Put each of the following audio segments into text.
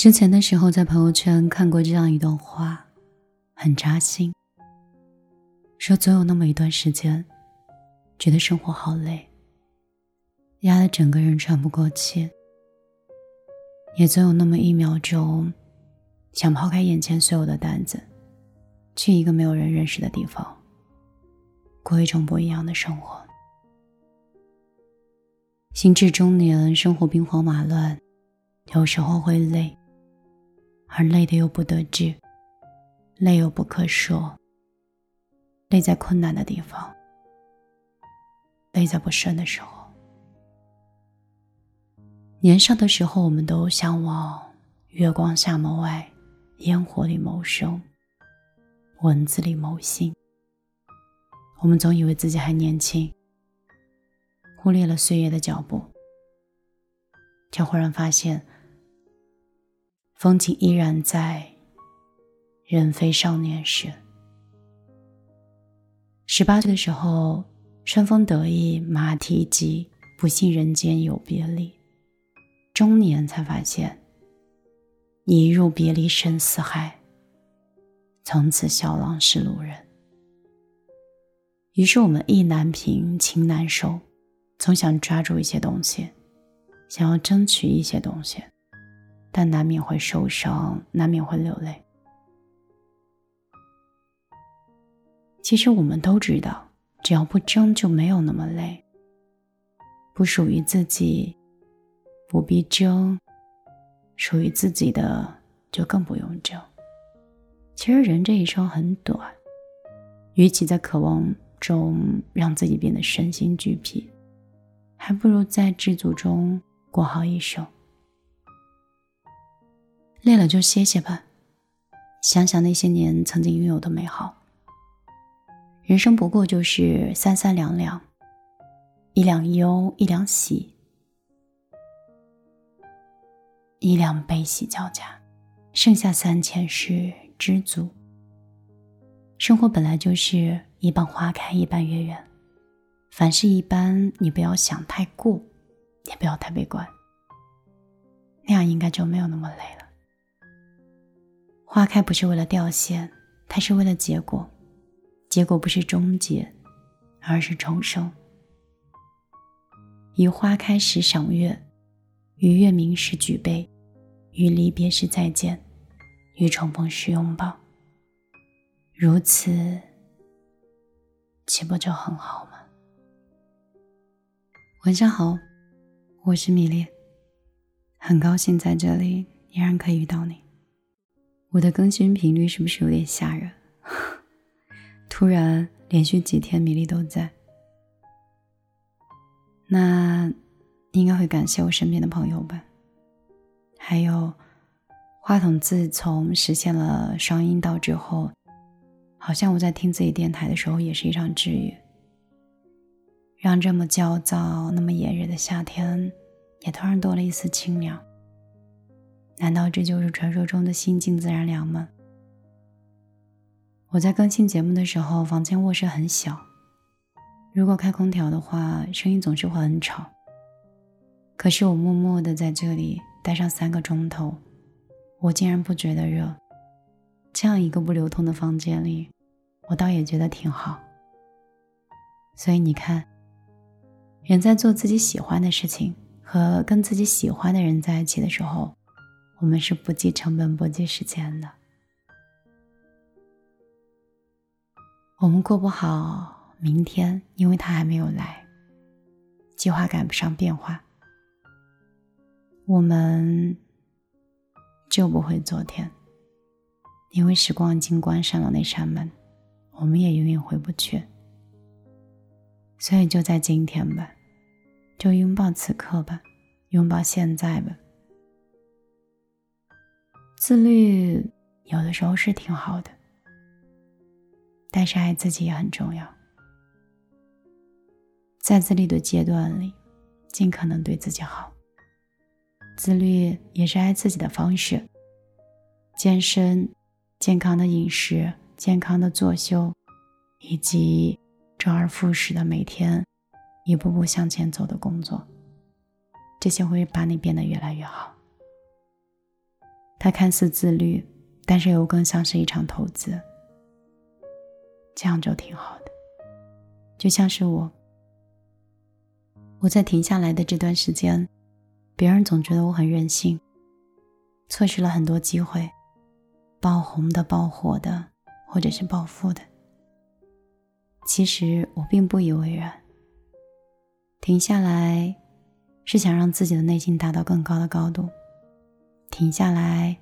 之前的时候在朋友圈看过这样一段话，很扎心，说总有那么一段时间觉得生活好累，压得整个人喘不过气，也总有那么1秒钟想抛开眼前所有的担子，去一个没有人认识的地方，过一种不一样的生活。心智中年，生活兵荒马乱，有时候会累，而累的又不得志，累又不可说，累在困难的地方，累在不顺的时候。年少的时候，我们都向往月光下谋爱，烟火里谋生，文字里谋心。我们总以为自己还年轻，忽略了岁月的脚步，却忽然发现风景依然在，人非少年时。18岁的时候，春风得意马蹄疾，不信人间有别离。中年才发现，一入别离深似海，从此萧郎是路人。于是我们意难平，情难收，总想抓住一些东西，想要争取一些东西，但难免会受伤，难免会流泪。其实我们都知道，只要不争就没有那么累，不属于自己不必争，属于自己的就更不用争。其实人这一生很短，与其在渴望中让自己变得身心俱疲，还不如在知足中过好一生。累了就歇歇吧，想想那些年曾经拥有的美好。人生不过就是三三两两，一两忧，一两喜，一两悲喜交加，剩下3000是知足。生活本来就是一半花开一半月圆，凡事一般，你不要想太过，也不要太悲观，那样应该就没有那么累了。花开不是为了掉线，它是为了结果，结果不是终结，而是重生。于花开时赏月，于月明时举杯，于离别时再见，于重逢时拥抱。如此，岂不就很好吗？晚上好，我是米粒，很高兴在这里依然可以遇到你。我的更新频率是不是有点吓人？突然连续几天米粒都在，那应该会感谢我身边的朋友吧。还有话筒自从实现了双音道之后，好像我在听自己电台的时候也是一场治愈，让这么焦躁那么炎热的夏天也突然多了一丝清凉。难道这就是传说中的心静自然凉吗？我在更新节目的时候，房间卧室很小，如果开空调的话，声音总是会很吵。可是我默默地在这里待上3个钟头，我竟然不觉得热。这样一个不流通的房间里，我倒也觉得挺好。所以你看，人在做自己喜欢的事情和跟自己喜欢的人在一起的时候，我们是不计成本不计时间的。我们过不好明天，因为它还没有来，计划赶不上变化。我们就不会昨天，因为时光已经关上了那扇门，我们也永远回不去。所以就在今天吧，就拥抱此刻吧，拥抱现在吧。自律有的时候是挺好的，但是爱自己也很重要。在自律的阶段里，尽可能对自己好。自律也是爱自己的方式，健身、健康的饮食、健康的作息，以及周而复始的每天一步步向前走的工作，这些会把你变得越来越好。 它看似自律，但是又更像是一场投资，这样就挺好的。就像是我在停下来的这段时间，别人总觉得我很任性，错失了很多机会，爆红的、爆火的，或者是暴富的。其实我并不以为然，停下来是想让自己的内心达到更高的高度，停下来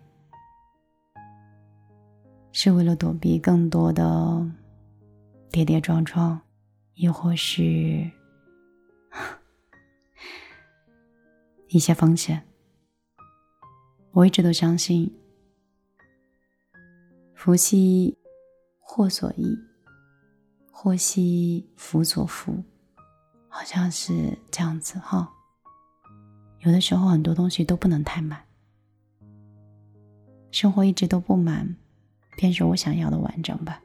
是为了躲避更多的跌跌撞撞，亦或是一些风险。我一直都相信福兮祸所依，祸兮福所伏，好像是这样子哈。有的时候很多东西都不能太满，生活一直都不满，便是我想要的完整吧。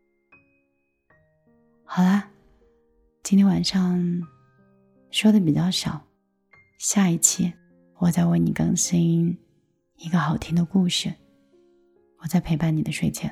好啦，今天晚上说的比较少，下一期我再为你更新一个好听的故事，我在陪伴你的睡前。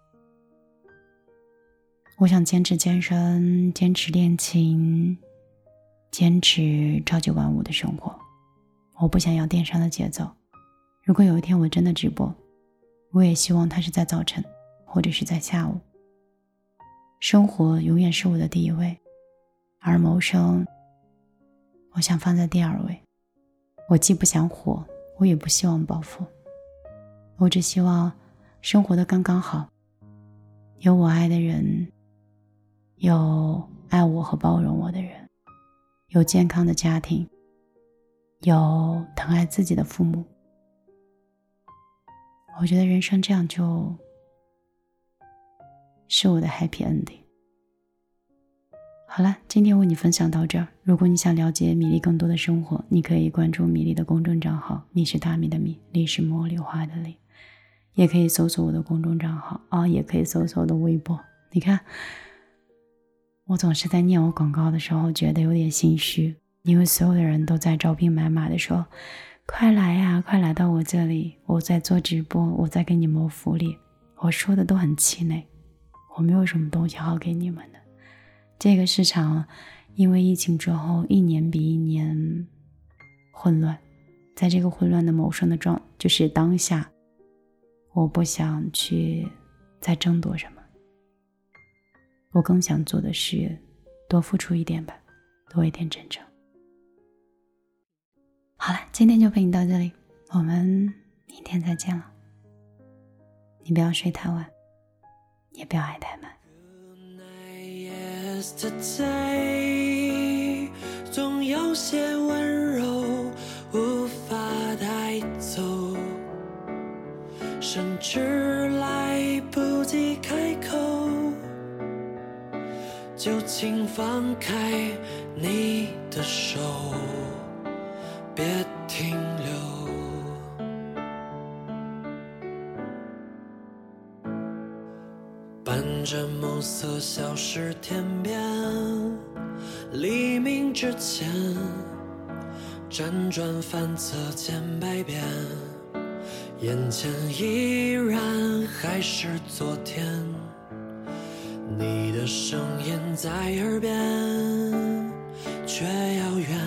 我想坚持健身，坚持练琴，坚持朝九晚五的生活。我不想要电商的节奏。如果有一天我真的直播，我也希望它是在早晨或者是在下午。生活永远是我的第一位，而谋生我想放在第二位。我既不想火，我也不希望暴富，我只希望生活的刚刚好，有我爱的人，有爱我和包容我的人，有健康的家庭，有疼爱自己的父母。我觉得人生这样就是我的 happy ending。 好了，今天为你分享到这儿。如果你想了解米粒更多的生活，你可以关注米粒的公众账号，米是大米的米，粒是茉莉花的粒，也可以搜索我的公众账号也可以搜索我的微博。你看我总是在念我广告的时候觉得有点心虚，因为所有的人都在招兵买马的说快来呀，快来到我这里，我在做直播，我在给你谋福利。我说的都很气馁，我没有什么东西好给你们的。这个市场因为疫情之后一年比一年混乱，在这个混乱的谋生的就是当下，我不想去再争夺什么，我更想做的是多付出一点吧，多一点真诚。好了，今天就陪你到这里，我们明天再见了。你不要睡太晚，也不要爱太满。 总有些温柔无法带走，甚至来不及开口，就请放开你的手，别停留。伴着暮色消失天边，黎明之前辗转反侧千百遍，眼前依然还是昨天，你的声音在耳边却遥远，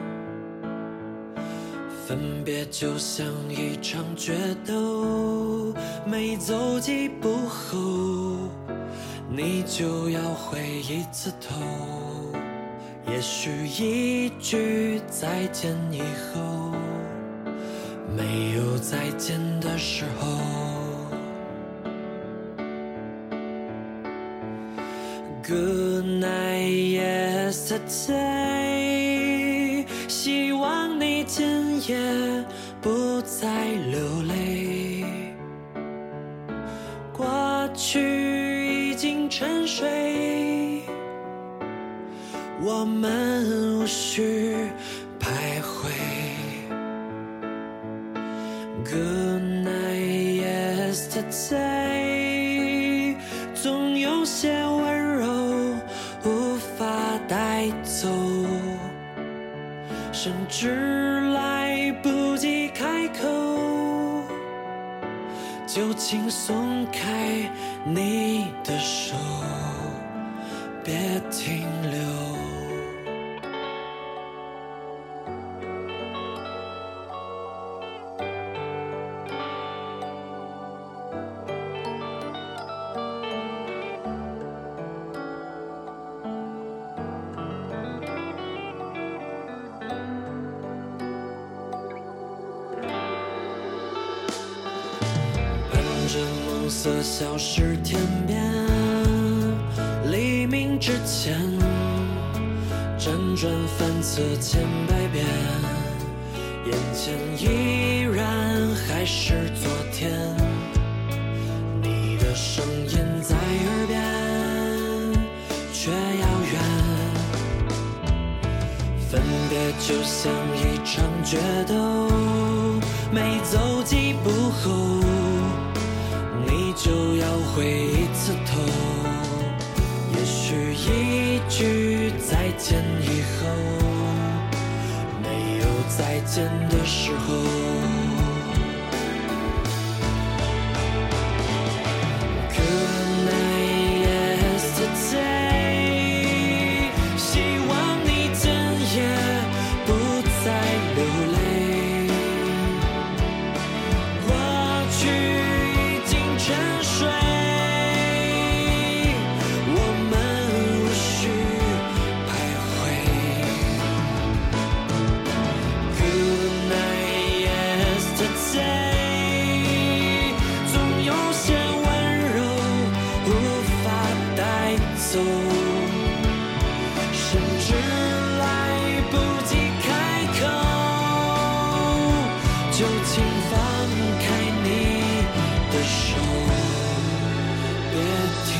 分别就像一场决斗，每走几步后你就要回一次头，也许一句再见以后没有再见的时候。Good night yesterday， 希望你今夜不再流泪，过去已经沉睡，我们无需徘徊。Good night yesterday， 总有些温柔无法带走，甚至来不及开口， 就请松开你的手，别停留。着梦色消失天边，黎明之前，辗转反侧千百遍，眼前依然还是昨天，你的声音在耳边，却遥远。分别就像一场决斗，每走几步后，你就要回一次头，也许一句再见以后，没有再见的时候。Good night yesterday， 希望你今夜不再流泪，过去沉睡，我们无需徘徊。Good night yesterday， 总有些温柔无法带走，甚至来不及开口，就请放开你的手，别停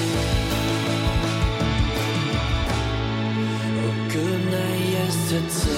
留。Good night yesterday。